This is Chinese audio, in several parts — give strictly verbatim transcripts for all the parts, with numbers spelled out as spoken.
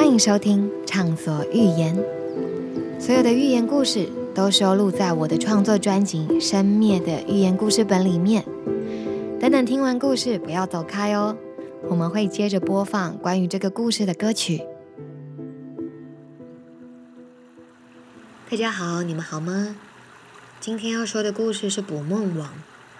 迎收听畅所欲言，所有的寓言故事都收录在我的创作专辑《生灭的寓言故事本》里面。等等听完故事不要走开哦，我们会接着播放关于这个故事的歌曲。大家好，你们好吗？今天要说的故事是捕梦网。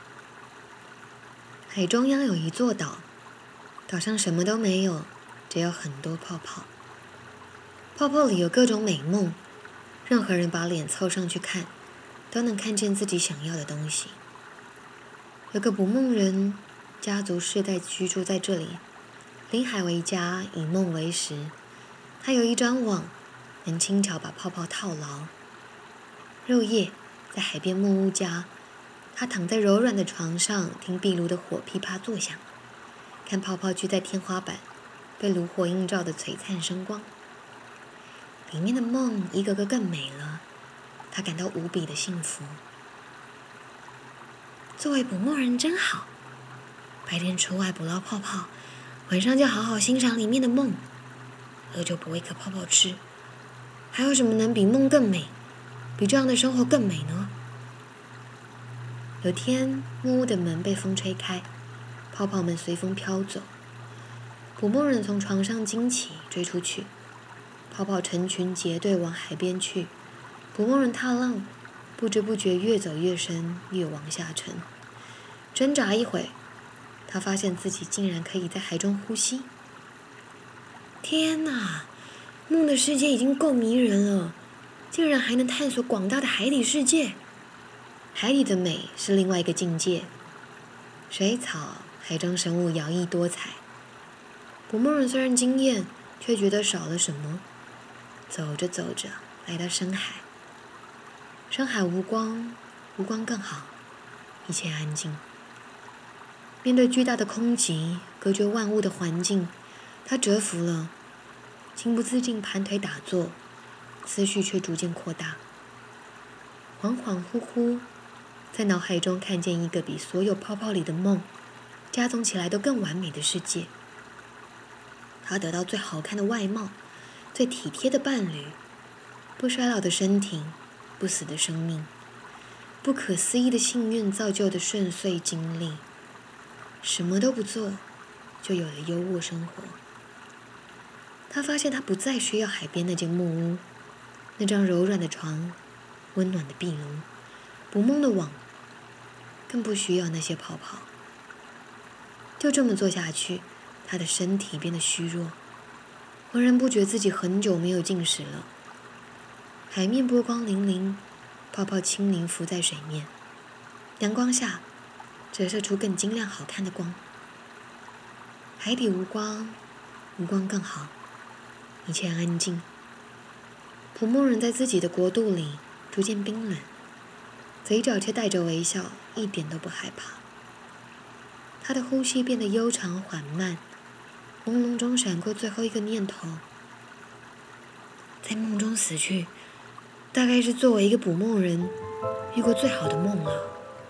海中央有一座岛，岛上什么都没有，只有很多泡泡。泡泡里有各种美梦，任何人把脸凑上去看，都能看见自己想要的东西。有个捕梦人，家族世代居住在这里，临海为家，以梦为食。他有一张网，能轻巧把泡泡套牢。入夜，在海边木屋家，他躺在柔软的床上，听壁炉的火噼啪作响，看泡泡聚在天花板，被炉火映照的璀璨生光。里面的梦一个个更美了，他感到无比的幸福。作为捕梦人真好，白天出外捕捞泡泡，晚上就好好欣赏里面的梦，饿就捕一颗泡泡吃。还有什么能比梦更美，比这样的生活更美呢？有天，木屋的门被风吹开，泡泡们随风飘走。捕梦人从床上惊起，追出去，泡泡成群结队往海边去。捕梦人踏浪，不知不觉越走越深，越往下沉。挣扎一会，他发现自己竟然可以在海中呼吸。天哪，梦的世界已经够迷人了，竟然还能探索广大的海底世界。海底的美是另外一个境界，水草、海中生物摇曳多彩。捕梦人虽然惊艳，却觉得少了什么。走着走着，来到深海。深海无光，无光更好，一切安静。面对巨大的空寂，隔绝万物的环境，他折服了，情不自禁盘腿打坐，思绪却逐渐扩大。恍恍惚惚，在脑海中看见一个比所有泡泡里的梦加总起来都更完美的世界。他得到最好看的外貌，最体贴的伴侣，不衰老的身体，不死的生命，不可思议的幸运造就的顺遂经历。什么都不做，就有了优渥生活。他发现他不再需要海边那间木屋，那张柔软的床，温暖的壁炉，捕梦的网，更不需要那些泡泡。就这么做下去，他的身体变得虚弱，浑然不觉自己很久没有进食了。海面波光粼粼，泡泡轻盈浮在水面，阳光下折射出更晶亮好看的光。海底无光，无光更好，一切安静。捕梦人在自己的国度里逐渐冰冷，嘴角却带着微笑，一点都不害怕。他的呼吸变得悠长缓慢，朦胧中闪过最后一个念头：在梦中死去，大概是作为一个捕梦人遇过最好的梦了。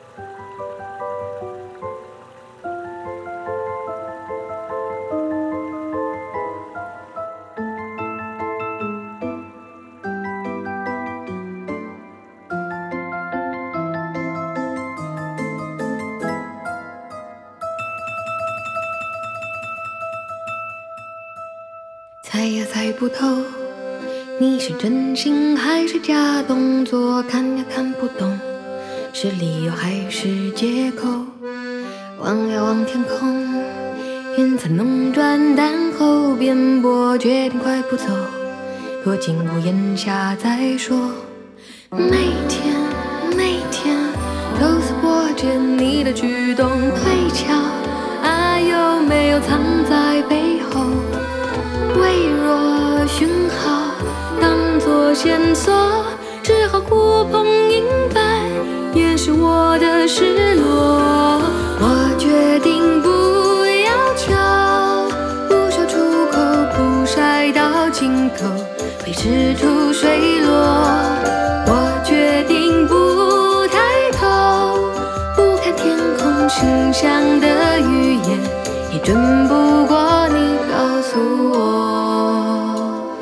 猜呀猜不透，你是真心还是假动作？看呀看不懂，是理由还是借口？望呀望天空，云层浓转淡后边拨，决定快步走，躲进屋檐下再说。每天每天都似拨见你的举动推敲，啊有没有藏在背后？微弱讯号当作线索，只好呼朋引伴掩饰我的失落。我决定不要求，不说出口，不晒到尽头，会试图水落。我决定不抬头，不看天空，心想的语言也准不过你告诉我。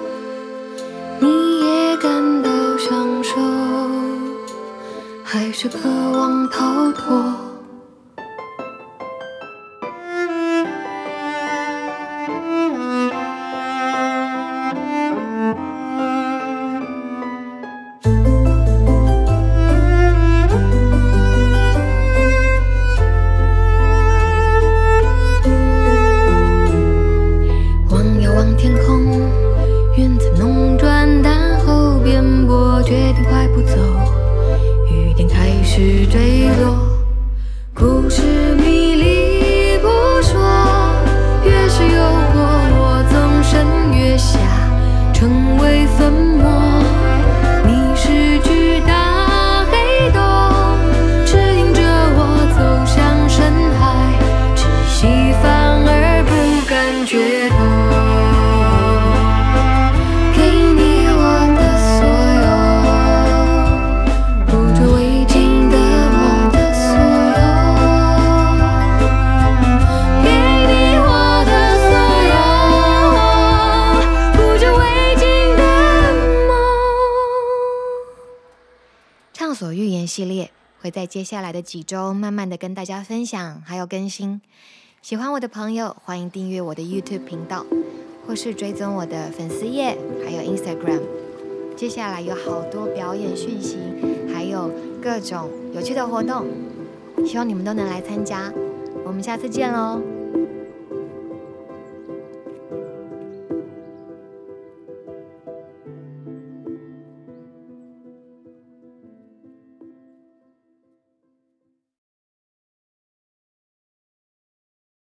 系列会在接下来的几周慢慢的跟大家分享还有更新。喜欢我的朋友欢迎订阅我的 YouTube 频道，或是追踪我的粉丝页还有 Instagram。 接下来有好多表演讯息，还有各种有趣的活动，希望你们都能来参加。我们下次见咯。